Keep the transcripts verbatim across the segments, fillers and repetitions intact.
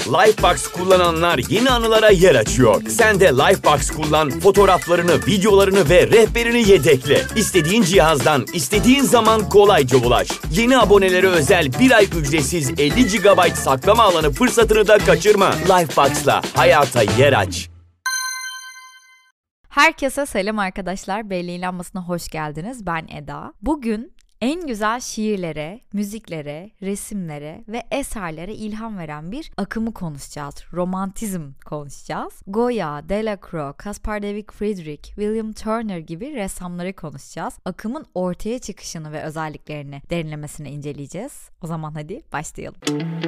Lifebox kullananlar yeni anılara yer açıyor. Sen de Lifebox kullan, fotoğraflarını, videolarını ve rehberini yedekle. İstediğin cihazdan, istediğin zaman kolayca ulaş. Yeni abonelere özel bir ay ücretsiz elli gigabayt saklama alanı fırsatını da kaçırma. Lifebox'la hayata yer aç. Herkese selam arkadaşlar. Belli Lambası'na hoş geldiniz. Ben Eda. Bugün en güzel şiirlere, müziklere, resimlere ve eserlere ilham veren bir akımı konuşacağız. Romantizm konuşacağız. Goya, Delacroix, Caspar David Friedrich, William Turner gibi ressamları konuşacağız. Akımın ortaya çıkışını ve özelliklerini derinlemesine inceleyeceğiz. O zaman hadi başlayalım.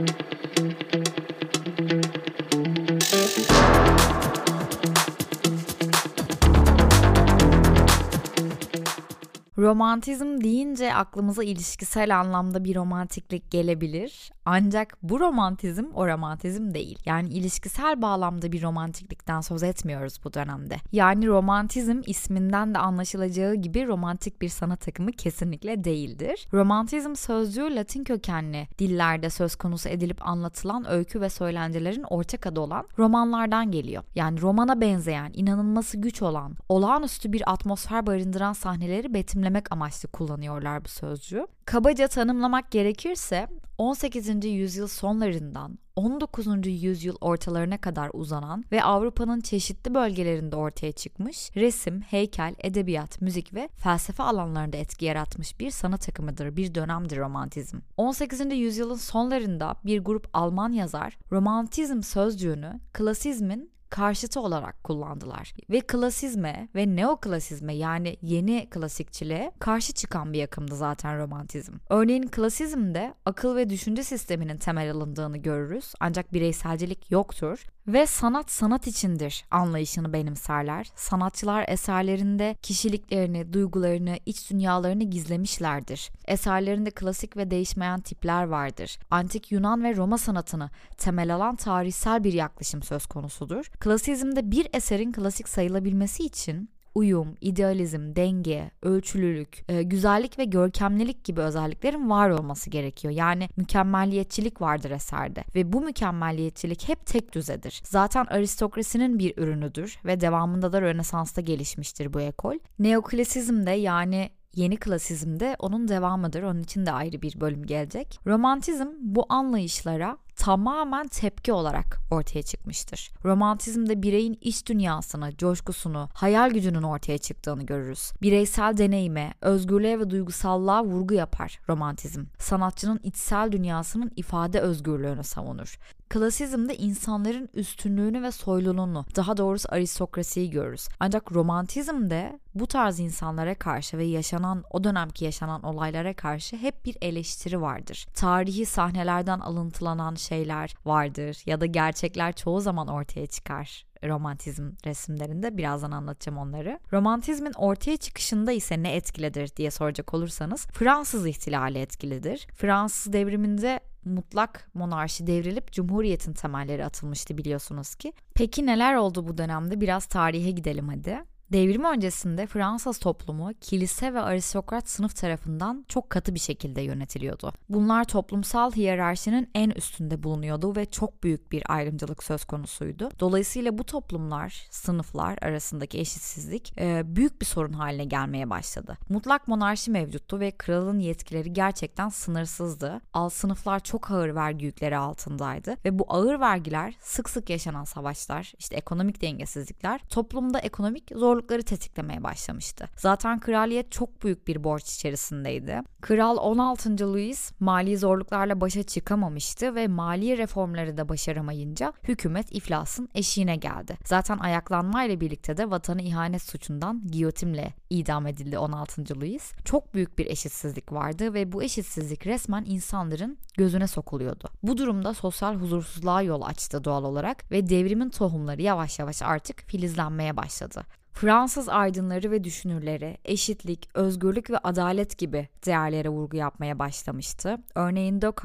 Romantizm deyince aklımıza ilişkisel anlamda bir romantiklik gelebilir. Ancak bu romantizm o romantizm değil. Yani ilişkisel bağlamda bir romantiklikten söz etmiyoruz bu dönemde. Yani romantizm isminden de anlaşılacağı gibi romantik bir sanat akımı kesinlikle değildir. Romantizm sözcüğü Latin kökenli dillerde söz konusu edilip anlatılan öykü ve söylencelerin ortak adı olan romanlardan geliyor. Yani romana benzeyen, inanılması güç olan, olağanüstü bir atmosfer barındıran sahneleri betimlemek amaçlı kullanıyorlar bu sözcüğü. Kabaca tanımlamak gerekirse on sekizinci yüzyıl sonlarından on dokuzuncu yüzyıl ortalarına kadar uzanan ve Avrupa'nın çeşitli bölgelerinde ortaya çıkmış resim, heykel, edebiyat, müzik ve felsefe alanlarında etki yaratmış bir sanat akımıdır, bir dönemdir romantizm. on sekizinci yüzyılın sonlarında bir grup Alman yazar romantizm sözcüğünü klasizmin karşıtı olarak kullandılar. Ve klasizme ve neoklasizme yani yeni klasikçiliğe karşı çıkan bir akımdı zaten romantizm. Örneğin klasizmde akıl ve düşünce sisteminin temel alındığını görürüz ancak bireyselcilik yoktur. Ve sanat sanat içindir anlayışını benimserler. Sanatçılar eserlerinde kişiliklerini, duygularını, iç dünyalarını gizlemişlerdir. Eserlerinde klasik ve değişmeyen tipler vardır. Antik Yunan ve Roma sanatını temel alan tarihsel bir yaklaşım söz konusudur. Klasizmde bir eserin klasik sayılabilmesi için uyum, idealizm, denge, ölçülülük, e, güzellik ve görkemlilik gibi özelliklerin var olması gerekiyor. Yani mükemmelliyetçilik vardır eserde ve bu mükemmelliyetçilik hep tek düzedir. Zaten aristokrasinin bir ürünüdür ve devamında da Rönesans'ta gelişmiştir bu ekol. Neoklasizmde yani yeni klasizmde onun devamıdır. Onun için de ayrı bir bölüm gelecek. Romantizm bu anlayışlara tamamen tepki olarak ortaya çıkmıştır. Romantizmde bireyin iç dünyasını, coşkusunu, hayal gücünün ortaya çıktığını görürüz. Bireysel deneyime, özgürlüğe ve duygusallığa vurgu yapar romantizm. Sanatçının içsel dünyasının ifade özgürlüğünü savunur. Klasizmde insanların üstünlüğünü ve soyluluğunu, daha doğrusu aristokrasiyi görürüz. Ancak romantizmde bu tarz insanlara karşı ve yaşanan o dönemki yaşanan olaylara karşı hep bir eleştiri vardır. Tarihi sahnelerden alıntılanan şeyler vardır ya da gerçekler çoğu zaman ortaya çıkar. Romantizm resimlerinde birazdan anlatacağım onları. Romantizmin ortaya çıkışında ise ne etkilidir diye soracak olursanız Fransız ihtilali etkilidir. Fransız devriminde mutlak monarşi devrilip cumhuriyetin temelleri atılmıştı biliyorsunuz ki. Peki neler oldu bu dönemde? Biraz tarihe gidelim hadi. Devrim öncesinde Fransız toplumu kilise ve aristokrat sınıf tarafından çok katı bir şekilde yönetiliyordu. Bunlar toplumsal hiyerarşinin en üstünde bulunuyordu ve çok büyük bir ayrımcılık söz konusuydu. Dolayısıyla bu toplumlar, sınıflar arasındaki eşitsizlik büyük bir sorun haline gelmeye başladı. Mutlak monarşi mevcuttu ve kralın yetkileri gerçekten sınırsızdı. Alt sınıflar çok ağır vergi yükleri altındaydı ve bu ağır vergiler, sık sık yaşanan savaşlar, işte ekonomik dengesizlikler toplumda ekonomik zorluklar tetiklemeye başlamıştı. Zaten kraliyet çok büyük bir borç içerisindeydi. Kral on altıncı Louis mali zorluklarla başa çıkamamıştı ve mali reformları da başaramayınca hükümet iflasın eşiğine geldi. Zaten ayaklanmayla birlikte de vatanı ihanet suçundan giyotinle idam edildi on altıncı Louis. Çok büyük bir eşitsizlik vardı ve bu eşitsizlik resmen insanların gözüne sokuluyordu. Bu durumda sosyal huzursuzluğa yol açtı doğal olarak ve devrimin tohumları yavaş yavaş artık filizlenmeye başladı. Fransız aydınları ve düşünürleri eşitlik, özgürlük ve adalet gibi değerlere vurgu yapmaya başlamıştı. Örneğin Descartes,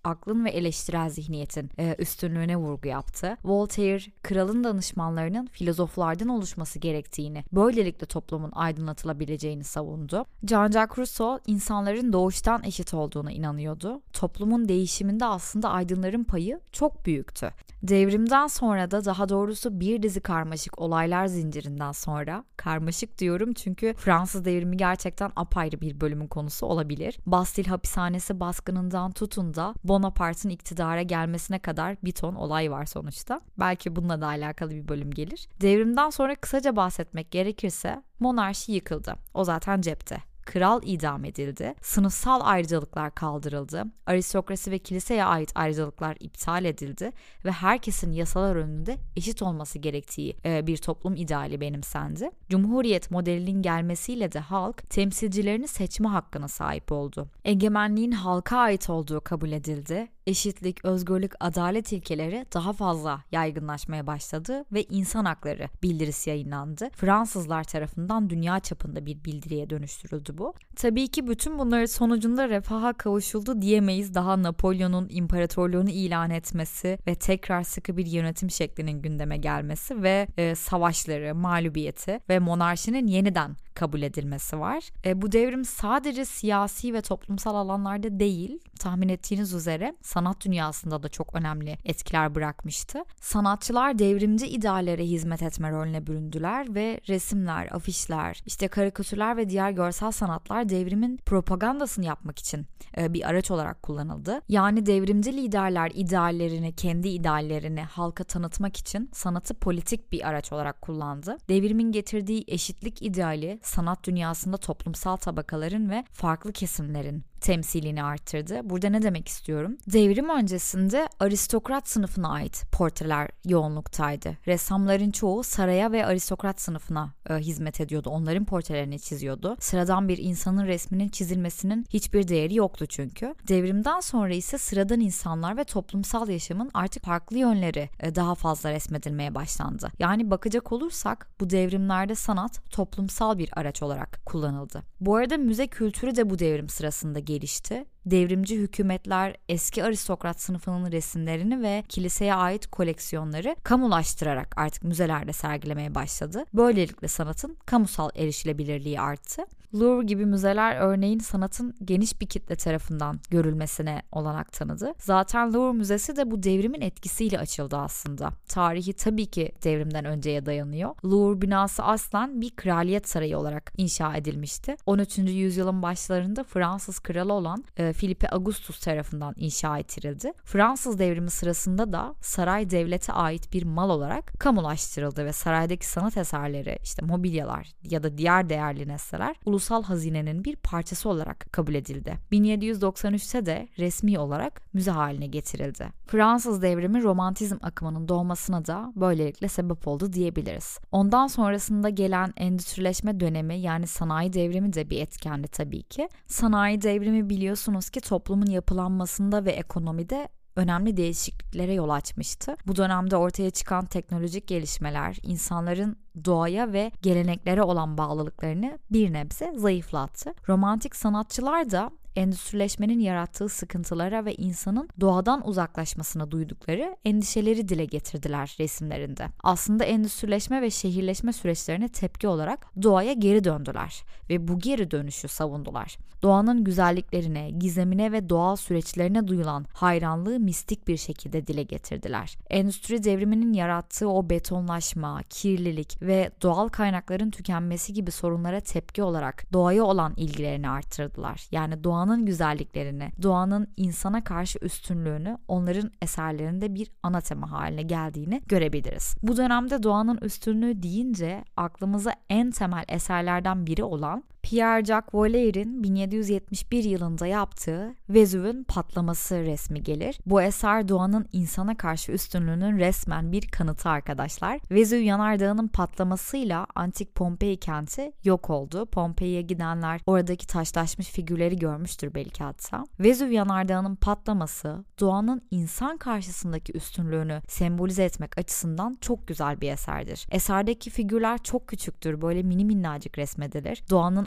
aklın ve eleştirel zihniyetin e, üstünlüğüne vurgu yaptı. Voltaire, kralın danışmanlarının filozoflardan oluşması gerektiğini, böylelikle toplumun aydınlatılabileceğini savundu. Jean-Jacques Rousseau, insanların doğuştan eşit olduğuna inanıyordu. Toplumun değişiminde aslında aydınların payı çok büyüktü. Devrimden sonra da, daha doğrusu bir dizi karmaşık olaylar zincirinden sonra, karmaşık diyorum çünkü Fransız devrimi gerçekten apayrı bir bölümün konusu olabilir. Bastille hapishanesi baskınından tutun da Bonaparte'ın iktidara gelmesine kadar bir ton olay var sonuçta. Belki bununla da alakalı bir bölüm gelir. Devrimden sonra kısaca bahsetmek gerekirse monarşi yıkıldı. O zaten cepte. Kral idam edildi, sınıfsal ayrıcalıklar kaldırıldı, aristokrasi ve kiliseye ait ayrıcalıklar iptal edildi ve herkesin yasalar önünde eşit olması gerektiği bir toplum ideali benimsendi. Cumhuriyet modelinin gelmesiyle de halk temsilcilerini seçme hakkına sahip oldu. Egemenliğin halka ait olduğu kabul edildi. Eşitlik, özgürlük, adalet ilkeleri daha fazla yaygınlaşmaya başladı ve insan hakları bildirisi yayınlandı. Fransızlar tarafından dünya çapında bir bildiriye dönüştürüldü bu. Tabii ki bütün bunların sonucunda refaha kavuşuldu diyemeyiz. Daha Napolyon'un imparatorluğunu ilan etmesi ve tekrar sıkı bir yönetim şeklinin gündeme gelmesi ve e, savaşları, mağlubiyeti ve monarşinin yeniden kabul edilmesi var. E, bu devrim sadece siyasi ve toplumsal alanlarda değil, tahmin ettiğiniz üzere sanat dünyasında da çok önemli etkiler bırakmıştı. Sanatçılar devrimci ideallere hizmet etme rolüne büründüler ve resimler, afişler, işte karikatürler ve diğer görsel sanatlar devrimin propagandasını yapmak için e, bir araç olarak kullanıldı. Yani devrimci liderler ideallerini, kendi ideallerini halka tanıtmak için sanatı politik bir araç olarak kullandı. Devrimin getirdiği eşitlik ideali sanat dünyasında toplumsal tabakaların ve farklı kesimlerin temsilini arttırdı. Burada ne demek istiyorum? Devrim öncesinde aristokrat sınıfına ait portreler yoğunluktaydı. Ressamların çoğu saraya ve aristokrat sınıfına e, hizmet ediyordu. Onların portrelerini çiziyordu. Sıradan bir insanın resminin çizilmesinin hiçbir değeri yoktu çünkü. Devrimden sonra ise sıradan insanlar ve toplumsal yaşamın artık farklı yönleri e, daha fazla resmedilmeye başlandı. Yani bakacak olursak bu devrimlerde sanat toplumsal bir araç olarak kullanıldı. Bu arada müze kültürü de bu devrim sırasında gelişti. Devrimci hükümetler eski aristokrat sınıfının resimlerini ve kiliseye ait koleksiyonları kamulaştırarak artık müzelerde sergilemeye başladı. Böylelikle sanatın kamusal erişilebilirliği arttı. Louvre gibi müzeler örneğin sanatın geniş bir kitle tarafından görülmesine olanak tanıdı. Zaten Louvre Müzesi de bu devrimin etkisiyle açıldı aslında. Tarihi tabii ki devrimden önceye dayanıyor. Louvre binası aslen bir kraliyet sarayı olarak inşa edilmişti. on üçüncü yüzyılın başlarında Fransız kralı olan e, Philippe Augustus tarafından inşa ettirildi. Fransız devrimi sırasında da saray devlete ait bir mal olarak kamulaştırıldı ve saraydaki sanat eserleri, işte mobilyalar ya da diğer değerli nesneler ulusal hazinenin bir parçası olarak kabul edildi. bin yedi yüz doksan üçte de resmi olarak müze haline getirildi. Fransız devrimi romantizm akımının doğmasına da böylelikle sebep oldu diyebiliriz. Ondan sonrasında gelen endüstrileşme dönemi, yani sanayi devrimi de bir etkendi tabii ki. Sanayi devrimi biliyorsunuz ki toplumun yapılanmasında ve ekonomide önemli değişikliklere yol açmıştı. Bu dönemde ortaya çıkan teknolojik gelişmeler insanların doğaya ve geleneklere olan bağlılıklarını bir nebze zayıflattı. Romantik sanatçılar da endüstrileşmenin yarattığı sıkıntılara ve insanın doğadan uzaklaşmasına duydukları endişeleri dile getirdiler resimlerinde. Aslında endüstrileşme ve şehirleşme süreçlerine tepki olarak doğaya geri döndüler ve bu geri dönüşü savundular. Doğanın güzelliklerine, gizemine ve doğal süreçlerine duyulan hayranlığı mistik bir şekilde dile getirdiler. Endüstri devriminin yarattığı o betonlaşma, kirlilik ve doğal kaynakların tükenmesi gibi sorunlara tepki olarak doğaya olan ilgilerini arttırdılar. Yani doğanın güzelliklerini, doğanın insana karşı üstünlüğünü onların eserlerinde bir ana tema haline geldiğini görebiliriz. Bu dönemde doğanın üstünlüğü deyince aklımıza en temel eserlerden biri olan Pierre-Jacques Valaire'in bin yedi yüz yetmiş bir yılında yaptığı Vezuv'un patlaması resmi gelir. Bu eser doğanın insana karşı üstünlüğünün resmen bir kanıtı arkadaşlar. Vezuv yanardağının patlamasıyla antik Pompei kenti yok oldu. Pompei'ye gidenler oradaki taşlaşmış figürleri görmüştür belki hatta. Vezuv yanardağının patlaması doğanın insan karşısındaki üstünlüğünü sembolize etmek açısından çok güzel bir eserdir. Eserdeki figürler çok küçüktür, böyle mini minnacık resmedilir. Doğanın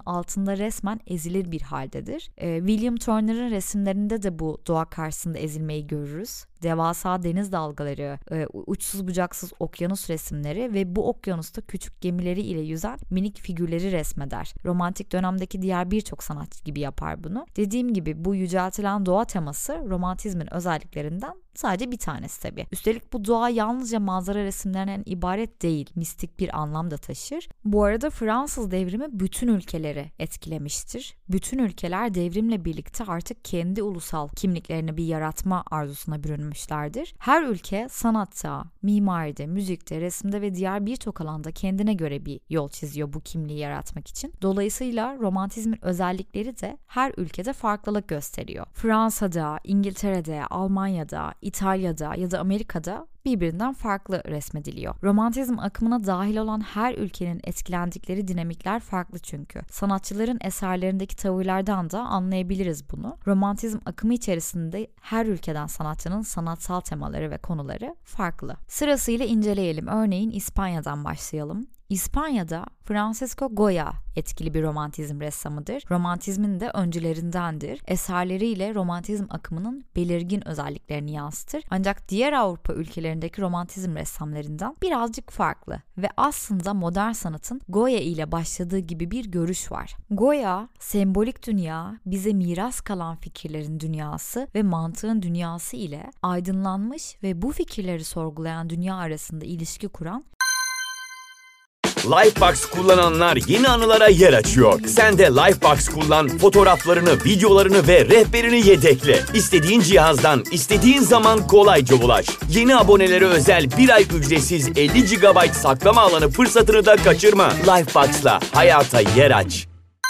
altında resmen ezilir bir haldedir. Ee, William Turner'ın resimlerinde de bu doğa karşısında ezilmeyi görürüz. Devasa deniz dalgaları, e, uçsuz bucaksız okyanus resimleri ve bu okyanusta küçük gemileri ile yüzen minik figürleri resmeder. Romantik dönemdeki diğer birçok sanatçı gibi yapar bunu. Dediğim gibi bu yüceltilen doğa teması romantizmin özelliklerinden sadece bir tanesi tabii. Üstelik bu doğa yalnızca manzara resimlerinden ibaret değil, mistik bir anlam da taşır. Bu arada Fransız devrimi bütün ülkeleri etkilemiştir. Bütün ülkeler devrimle birlikte artık kendi ulusal kimliklerini bir yaratma arzusuna bürünmüşlerdir. Her ülke sanatta, mimaride, müzikte, resimde ve diğer birçok alanda kendine göre bir yol çiziyor bu kimliği yaratmak için. Dolayısıyla romantizmin özellikleri de her ülkede farklılık gösteriyor. Fransa'da, İngiltere'de, Almanya'da, İtalya'da ya da Amerika'da birbirinden farklı resmediliyor. Romantizm akımına dahil olan her ülkenin etkilendikleri dinamikler farklı çünkü. Sanatçıların eserlerindeki tavırlardan da anlayabiliriz bunu. Romantizm akımı içerisinde her ülkeden sanatçının sanatsal temaları ve konuları farklı. Sırasıyla inceleyelim. Örneğin İspanya'dan başlayalım. İspanya'da Francisco Goya etkili bir romantizm ressamıdır. Romantizmin de öncülerindendir. Eserleriyle romantizm akımının belirgin özelliklerini yansıtır. Ancak diğer Avrupa ülkelerindeki romantizm ressamlarından birazcık farklı ve aslında modern sanatın Goya ile başladığı gibi bir görüş var. Goya, sembolik dünya, bize miras kalan fikirlerin dünyası ve mantığın dünyası ile aydınlanmış ve bu fikirleri sorgulayan dünya arasında ilişki kuran Lifebox kullananlar yeni anılara yer açıyor. Sen de Lifebox kullan, fotoğraflarını, videolarını ve rehberini yedekle. İstediğin cihazdan, istediğin zaman kolayca ulaş. Yeni abonelere özel bir ay ücretsiz elli gigabayt saklama alanı fırsatını da kaçırma. Lifebox'la hayata yer aç.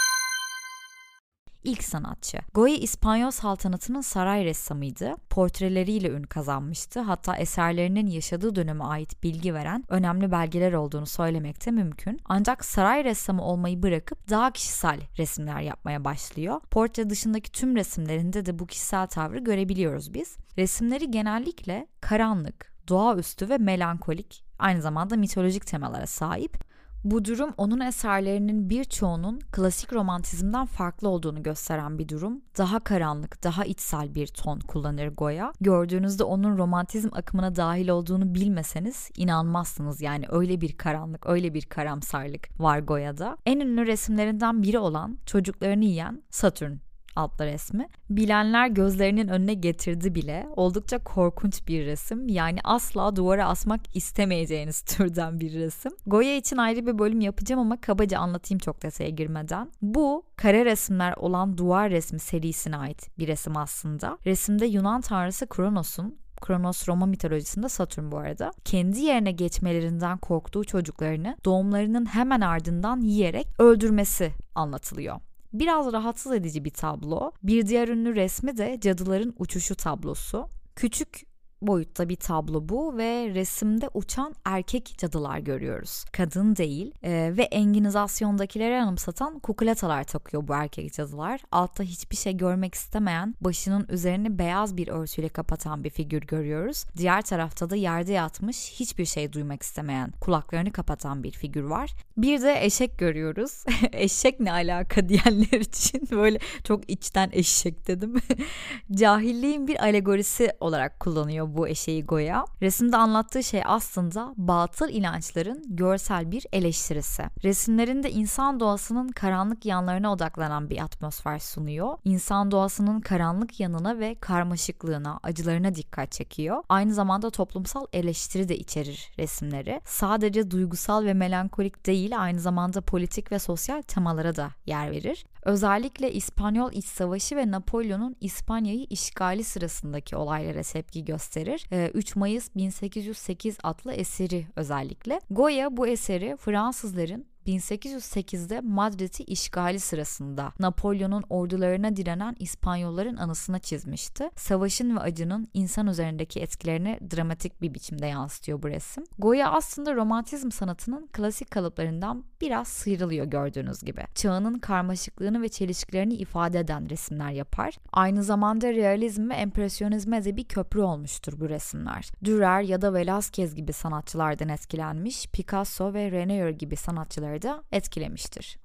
İlk sanatçı. Goya İspanyol saltanatının saray ressamıydı. Portreleriyle ün kazanmıştı. Hatta eserlerinin yaşadığı döneme ait bilgi veren önemli belgeler olduğunu söylemek de mümkün. Ancak saray ressamı olmayı bırakıp daha kişisel resimler yapmaya başlıyor. Portre dışındaki tüm resimlerinde de bu kişisel tavrı görebiliyoruz biz. Resimleri genellikle karanlık, doğaüstü ve melankolik, aynı zamanda mitolojik temalara sahip. Bu durum onun eserlerinin birçoğunun klasik romantizmden farklı olduğunu gösteren bir durum. Daha karanlık, daha içsel bir ton kullanır Goya. Gördüğünüzde onun romantizm akımına dahil olduğunu bilmeseniz inanmazsınız. Yani öyle bir karanlık, öyle bir karamsarlık var Goya'da. En ünlü resimlerinden biri olan çocuklarını yiyen Satürn adlı resmi. Bilenler gözlerinin önüne getirdi bile. Oldukça korkunç bir resim. Yani asla duvara asmak istemeyeceğiniz türden bir resim. Goya için ayrı bir bölüm yapacağım ama kabaca anlatayım çok detaya girmeden. Bu kare resimler olan duvar resmi serisine ait bir resim aslında. Resimde Yunan tanrısı Kronos'un, Kronos Roma mitolojisinde Satürn bu arada, kendi yerine geçmelerinden korktuğu çocuklarını doğumlarının hemen ardından yiyerek öldürmesi anlatılıyor. Biraz rahatsız edici bir tablo. Bir diğer ünlü resmi de Cadıların Uçuşu tablosu. Küçük boyutta bir tablo bu ve resimde uçan erkek cadılar görüyoruz. Kadın değil ee, ve enginizasyondakileri anımsatan kukulatalar takıyor bu erkek cadılar. Altta hiçbir şey görmek istemeyen, başının üzerini beyaz bir örtüyle kapatan bir figür görüyoruz. Diğer tarafta da yerde yatmış, hiçbir şey duymak istemeyen, kulaklarını kapatan bir figür var. Bir de eşek görüyoruz. Eşek ne alaka diyenler için böyle çok içten eşek dedim. Cahilliğin bir alegorisi olarak kullanıyor bu eşeği Goya. Resimde anlattığı şey aslında batıl inançların görsel bir eleştirisi. Resimlerinde insan doğasının karanlık yanlarına odaklanan bir atmosfer sunuyor. İnsan doğasının karanlık yanına ve karmaşıklığına, acılarına dikkat çekiyor. Aynı zamanda toplumsal eleştiri de içerir resimleri. Sadece duygusal ve melankolik değil, aynı zamanda politik ve sosyal temalara da yer verir. Özellikle İspanyol İç Savaşı ve Napolyon'un İspanya'yı işgali sırasındaki olaylara tepki gösterir. üç Mayıs bin sekiz yüz sekiz adlı eseri özellikle. Goya bu eseri Fransızların bin sekiz yüz sekizde Madrid'i işgali sırasında Napolyon'un ordularına direnen İspanyolların anısına çizmişti. Savaşın ve acının insan üzerindeki etkilerini dramatik bir biçimde yansıtıyor bu resim. Goya aslında romantizm sanatının klasik kalıplarından biraz sıyrılıyor gördüğünüz gibi. Çağının karmaşıklığını ve çelişkilerini ifade eden resimler yapar. Aynı zamanda realizm ve empresyonizme de bir köprü olmuştur bu resimler. Dürer ya da Velázquez gibi sanatçılardan etkilenmiş, Picasso ve Renoir gibi sanatçıları da etkilemiştir.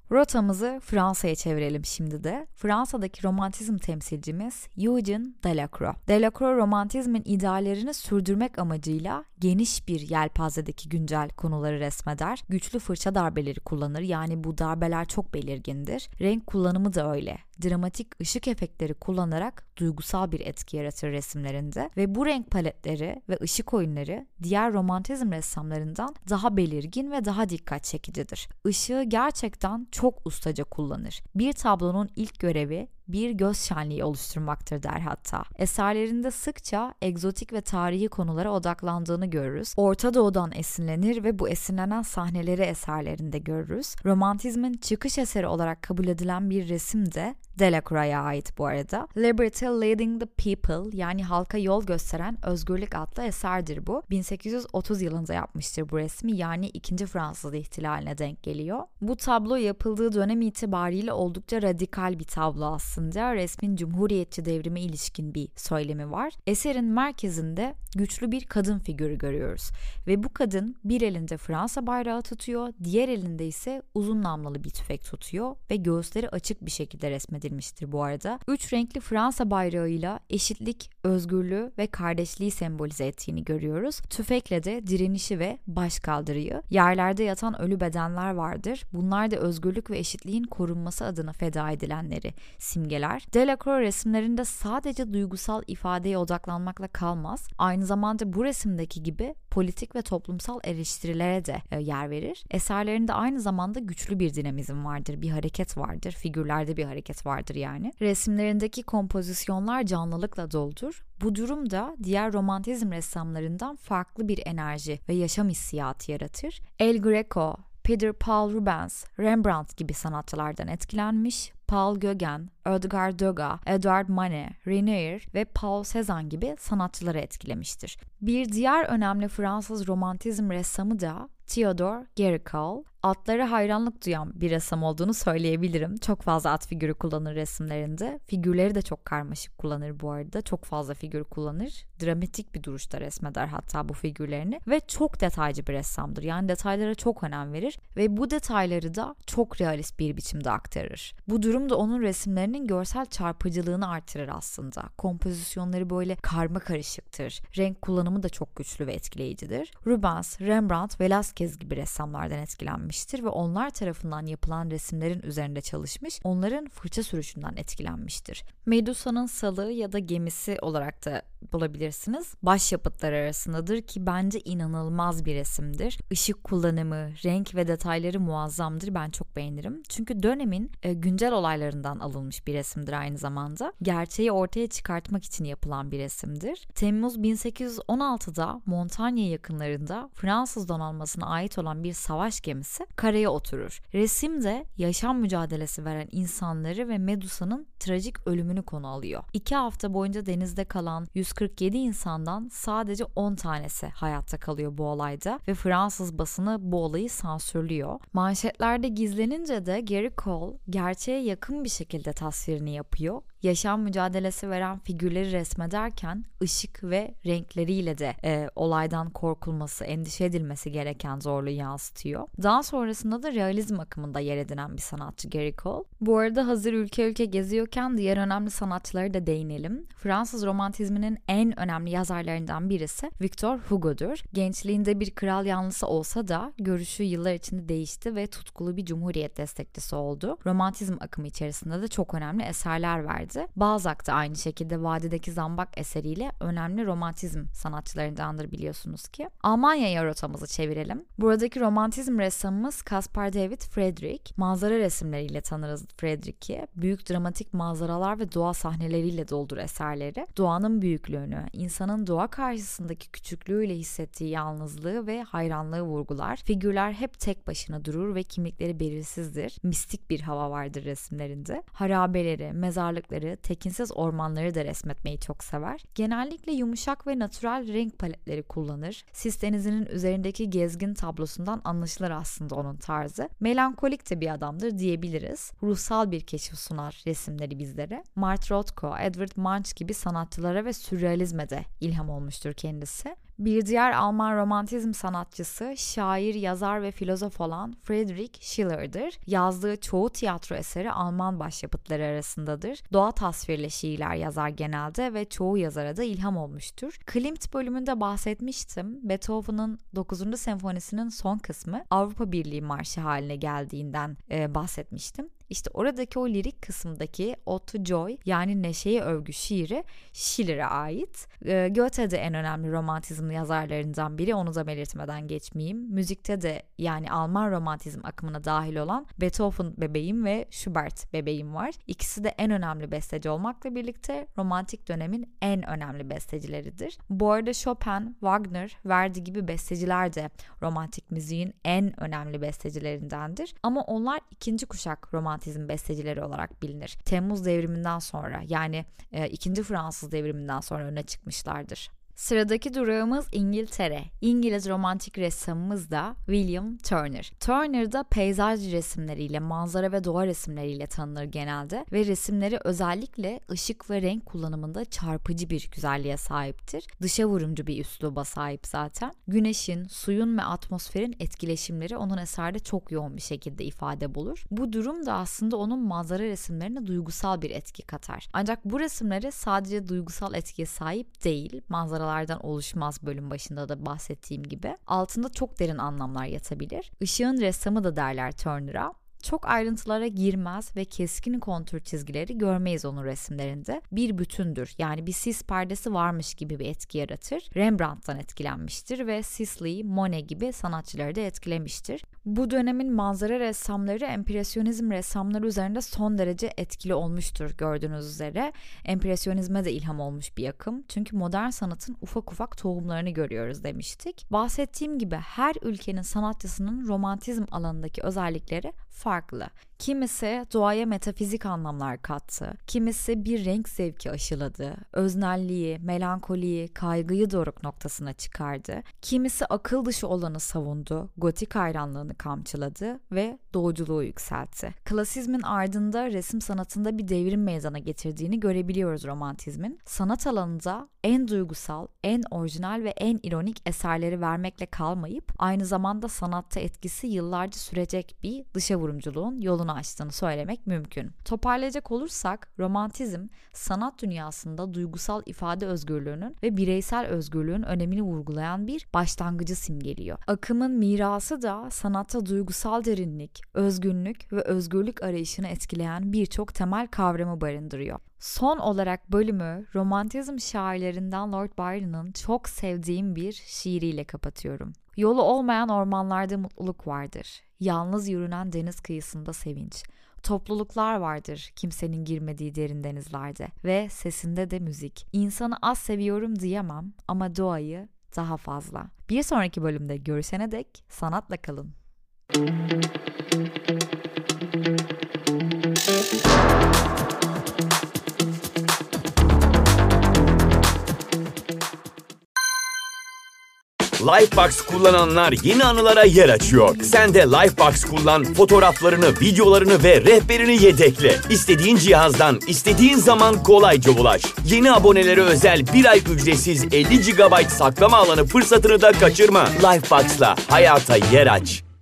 Rotamızı Fransa'ya çevirelim şimdi de. Fransa'daki romantizm temsilcimiz Eugène Delacroix. Delacroix romantizmin ideallerini sürdürmek amacıyla geniş bir yelpazedeki güncel konuları resmeder. Güçlü fırça darbeleri kullanır, yani bu darbeler çok belirgindir. Renk kullanımı da öyle. Dramatik ışık efektleri kullanarak duygusal bir etki yaratır resimlerinde ve bu renk paletleri ve ışık oyunları diğer romantizm ressamlarından daha belirgin ve daha dikkat çekicidir. Işığı gerçekten çok ustaca kullanır. Bir tablonun ilk görevi bir göz şenliği oluşturmaktır der hatta. Eserlerinde sıkça egzotik ve tarihi konulara odaklandığını görürüz. Orta Doğu'dan esinlenir ve bu esinlenen sahneleri eserlerinde görürüz. Romantizmin çıkış eseri olarak kabul edilen bir resim de Delacroix'a ait bu arada. Liberty Leading the People, yani halka yol gösteren özgürlük adlı eserdir bu. bin sekiz yüz otuz yılında yapmıştır bu resmi, yani ikinci Fransız ihtilaline denk geliyor. Bu tablo yapıldığı dönem itibariyle oldukça radikal bir tablo aslında. Resmin Cumhuriyetçi devrime ilişkin bir söylemi var. Eserin merkezinde güçlü bir kadın figürü görüyoruz ve bu kadın bir elinde Fransa bayrağı tutuyor, diğer elinde ise uzun namlulu bir tüfek tutuyor ve göğüsleri açık bir şekilde resmedilmiştir bu arada. Üç renkli Fransa bayrağıyla eşitlik, özgürlüğü ve kardeşliği sembolize ettiğini görüyoruz. Tüfekle de direnişi ve başkaldırıyı. Yerlerde yatan ölü bedenler vardır. Bunlar da özgürlük ve eşitliğin korunması adına feda edilenleri simgeler. Delacroix resimlerinde sadece duygusal ifadeye odaklanmakla kalmaz. Aynı zamanda bu resimdeki gibi politik ve toplumsal eleştirilere de e, yer verir. Eserlerinde aynı zamanda güçlü bir dinamizm vardır, bir hareket vardır, figürlerde bir hareket vardır yani. Resimlerindeki kompozisyonlar canlılıkla doludur. Bu durum da diğer romantizm ressamlarından farklı bir enerji ve yaşam hissiyatı yaratır. El Greco, Peter Paul Rubens, Rembrandt gibi sanatçılardan etkilenmiş, Paul Gauguin, Edgar Degas, Edouard Manet, Renoir ve Paul Cézanne gibi sanatçıları etkilemiştir. Bir diğer önemli Fransız romantizm ressamı da Theodore Géricault. Atlara hayranlık duyan bir ressam olduğunu söyleyebilirim. Çok fazla at figürü kullanır resimlerinde. Figürleri de çok karmaşık kullanır bu arada. Çok fazla figür kullanır. Dramatik bir duruşta resmeder hatta bu figürlerini. Ve çok detaycı bir ressamdır. Yani detaylara çok önem verir. Ve bu detayları da çok realist bir biçimde aktarır. Bu durum da onun resimlerinin görsel çarpıcılığını artırır aslında. Kompozisyonları böyle karma karışıktır. Renk kullanımı da çok güçlü ve etkileyicidir. Rubens, Rembrandt, Velázquez gibi ressamlardan etkilenmiş ve onlar tarafından yapılan resimlerin üzerinde çalışmış, onların fırça sürüşünden etkilenmiştir. Medusa'nın salığı ya da gemisi olarak da bulabilirsiniz. Başyapıtlar arasındadır ki bence inanılmaz bir resimdir. Işık kullanımı, renk ve detayları muazzamdır. Ben çok beğenirim. Çünkü dönemin e, güncel olaylarından alınmış bir resimdir aynı zamanda. Gerçeği ortaya çıkartmak için yapılan bir resimdir. Temmuz bin sekiz yüz on altıda Montanya yakınlarında Fransız donanmasına ait olan bir savaş gemisi karaya oturur. Resimde yaşam mücadelesi veren insanları ve Medusa'nın trajik ölümünü konu alıyor. İki hafta boyunca denizde kalan yüz kırk yedi insandan sadece on tanesi hayatta kalıyor bu olayda ve Fransız basını bu olayı sansürlüyor. Manşetlerde gizlenince de Géricault gerçeğe yakın bir şekilde tasvirini yapıyor. Yaşam mücadelesi veren figürleri resmederken ışık ve renkleriyle de e, olaydan korkulması, endişe edilmesi gereken zorluğu yansıtıyor. Daha sonrasında da realizm akımında yer edinen bir sanatçı Géricault. Bu arada hazır ülke ülke geziyorken diğer önemli sanatçılara da değinelim. Fransız romantizminin en önemli yazarlarından birisi Victor Hugo'dur. Gençliğinde bir kral yanlısı olsa da görüşü yıllar içinde değişti ve tutkulu bir cumhuriyet destekçisi oldu. Romantizm akımı içerisinde de çok önemli eserler verdi. Balzac da aynı şekilde Vadideki Zambak eseriyle önemli romantizm sanatçılarındandır biliyorsunuz ki. Almanya'ya rotamızı çevirelim. Buradaki romantizm ressamımız Caspar David Friedrich. Manzara resimleriyle tanırız Friedrich'i. Büyük dramatik manzaralar ve doğa sahneleriyle doldur eserleri. Doğanın büyüklüğünü, insanın doğa karşısındaki küçüklüğüyle hissettiği yalnızlığı ve hayranlığı vurgular. Figürler hep tek başına durur ve kimlikleri belirsizdir. Mistik bir hava vardır resimlerinde. Harabeleri, mezarlıkları, tekinsiz ormanları da resmetmeyi çok sever. Genellikle yumuşak ve natürel renk paletleri kullanır. Sis denizinin üzerindeki gezgin tablosundan anlaşılır aslında onun tarzı. Melankolik de bir adamdır diyebiliriz. Ruhsal bir keşif sunar resimleri resimleri bizlere. Mart Rothko, Edvard Munch gibi sanatçılara ve sürrealizme de ilham olmuştur kendisi. Bir diğer Alman romantizm sanatçısı, şair, yazar ve filozof olan Friedrich Schiller'dır. Yazdığı çoğu tiyatro eseri Alman başyapıtları arasındadır. Doğa tasvirli şiirler yazar genelde ve çoğu yazara da ilham olmuştur. Klimt bölümünde bahsetmiştim. Beethoven'ın dokuzuncu senfonisinin son kısmı Avrupa Birliği Marşı haline geldiğinden e, bahsetmiştim. İşte oradaki o lirik kısımdaki Ode to Joy yani neşeye övgü şiiri Schiller'e ait. E, Goethe de en önemli romantizm yazarlarından biri, onu da belirtmeden geçmeyeyim. Müzikte de yani Alman romantizm akımına dahil olan Beethoven bebeğim ve Schubert bebeğim var. İkisi de en önemli besteci olmakla birlikte romantik dönemin en önemli bestecileridir. Bu arada Chopin, Wagner, Verdi gibi besteciler de romantik müziğin en önemli bestecilerindendir. Ama onlar ikinci kuşak romantik romantizm bestecileri olarak bilinir. Temmuz devriminden sonra yani e, ikinci Fransız devriminden sonra öne çıkmışlardır. Sıradaki durağımız İngiltere. İngiliz romantik ressamımız da William Turner. Turner da peyzaj resimleriyle, manzara ve doğa resimleriyle tanınır genelde ve resimleri özellikle ışık ve renk kullanımında çarpıcı bir güzelliğe sahiptir. Dışa vurumcu bir üsluba sahip zaten. Güneşin, suyun ve atmosferin etkileşimleri onun eserde çok yoğun bir şekilde ifade bulur. Bu durum da aslında onun manzara resimlerine duygusal bir etki katar. Ancak bu resimleri sadece duygusal etkiye sahip değil, manzara lardan oluşmaz bölüm başında da bahsettiğim gibi. Altında çok derin anlamlar yatabilir. Işığın ressamı da derler Turner'a. Çok ayrıntılara girmez ve keskin kontur çizgileri görmeyiz onun resimlerinde. Bir bütündür. Yani bir sis perdesi varmış gibi bir etki yaratır. Rembrandt'tan etkilenmiştir ve Sisley, Monet gibi sanatçıları da etkilemiştir. Bu dönemin manzara ressamları empresyonizm ressamları üzerinde son derece etkili olmuştur gördüğünüz üzere. Empresyonizme de ilham olmuş bir akım. Çünkü modern sanatın ufak ufak tohumlarını görüyoruz demiştik. Bahsettiğim gibi her ülkenin sanatçısının romantizm alanındaki özellikleri farklı. Kimisi doğaya metafizik anlamlar kattı, kimisi bir renk zevki aşıladı, öznelliği, melankoliyi, kaygıyı doruk noktasına çıkardı, kimisi akıl dışı olanı savundu, gotik hayranlığını kamçıladı ve doğuculuğu yükseltti. Klasizmin ardında resim sanatında bir devrim meydana getirdiğini görebiliyoruz romantizmin. Sanat alanında en duygusal, en orijinal ve en ironik eserleri vermekle kalmayıp aynı zamanda sanatta etkisi yıllarca sürecek bir dışa vurumculuğun yolunu açtığını söylemek mümkün. Toparlayacak olursak romantizm sanat dünyasında duygusal ifade özgürlüğünün ve bireysel özgürlüğün önemini vurgulayan bir başlangıcı simgeliyor. Akımın mirası da sanatta duygusal derinlik, özgünlük ve özgürlük arayışını etkileyen birçok temel kavramı barındırıyor. Son olarak bölümü romantizm şairlerinden Lord Byron'ın çok sevdiğim bir şiiriyle kapatıyorum. Yolu olmayan ormanlarda mutluluk vardır. Yalnız yürünen deniz kıyısında sevinç. Topluluklar vardır kimsenin girmediği derin denizlerde ve sesinde de müzik. İnsanı az seviyorum diyemem ama doğayı daha fazla. Bir sonraki bölümde görüşene dek sanatla kalın. Lifebox kullananlar yeni anılara yer açıyor. Sen de Lifebox kullan, fotoğraflarını, videolarını ve rehberini yedekle. İstediğin cihazdan, istediğin zaman kolayca ulaş. Yeni abonelere özel bir ay ücretsiz elli gigabayt saklama alanı fırsatını da kaçırma. Lifebox'la hayata yer aç.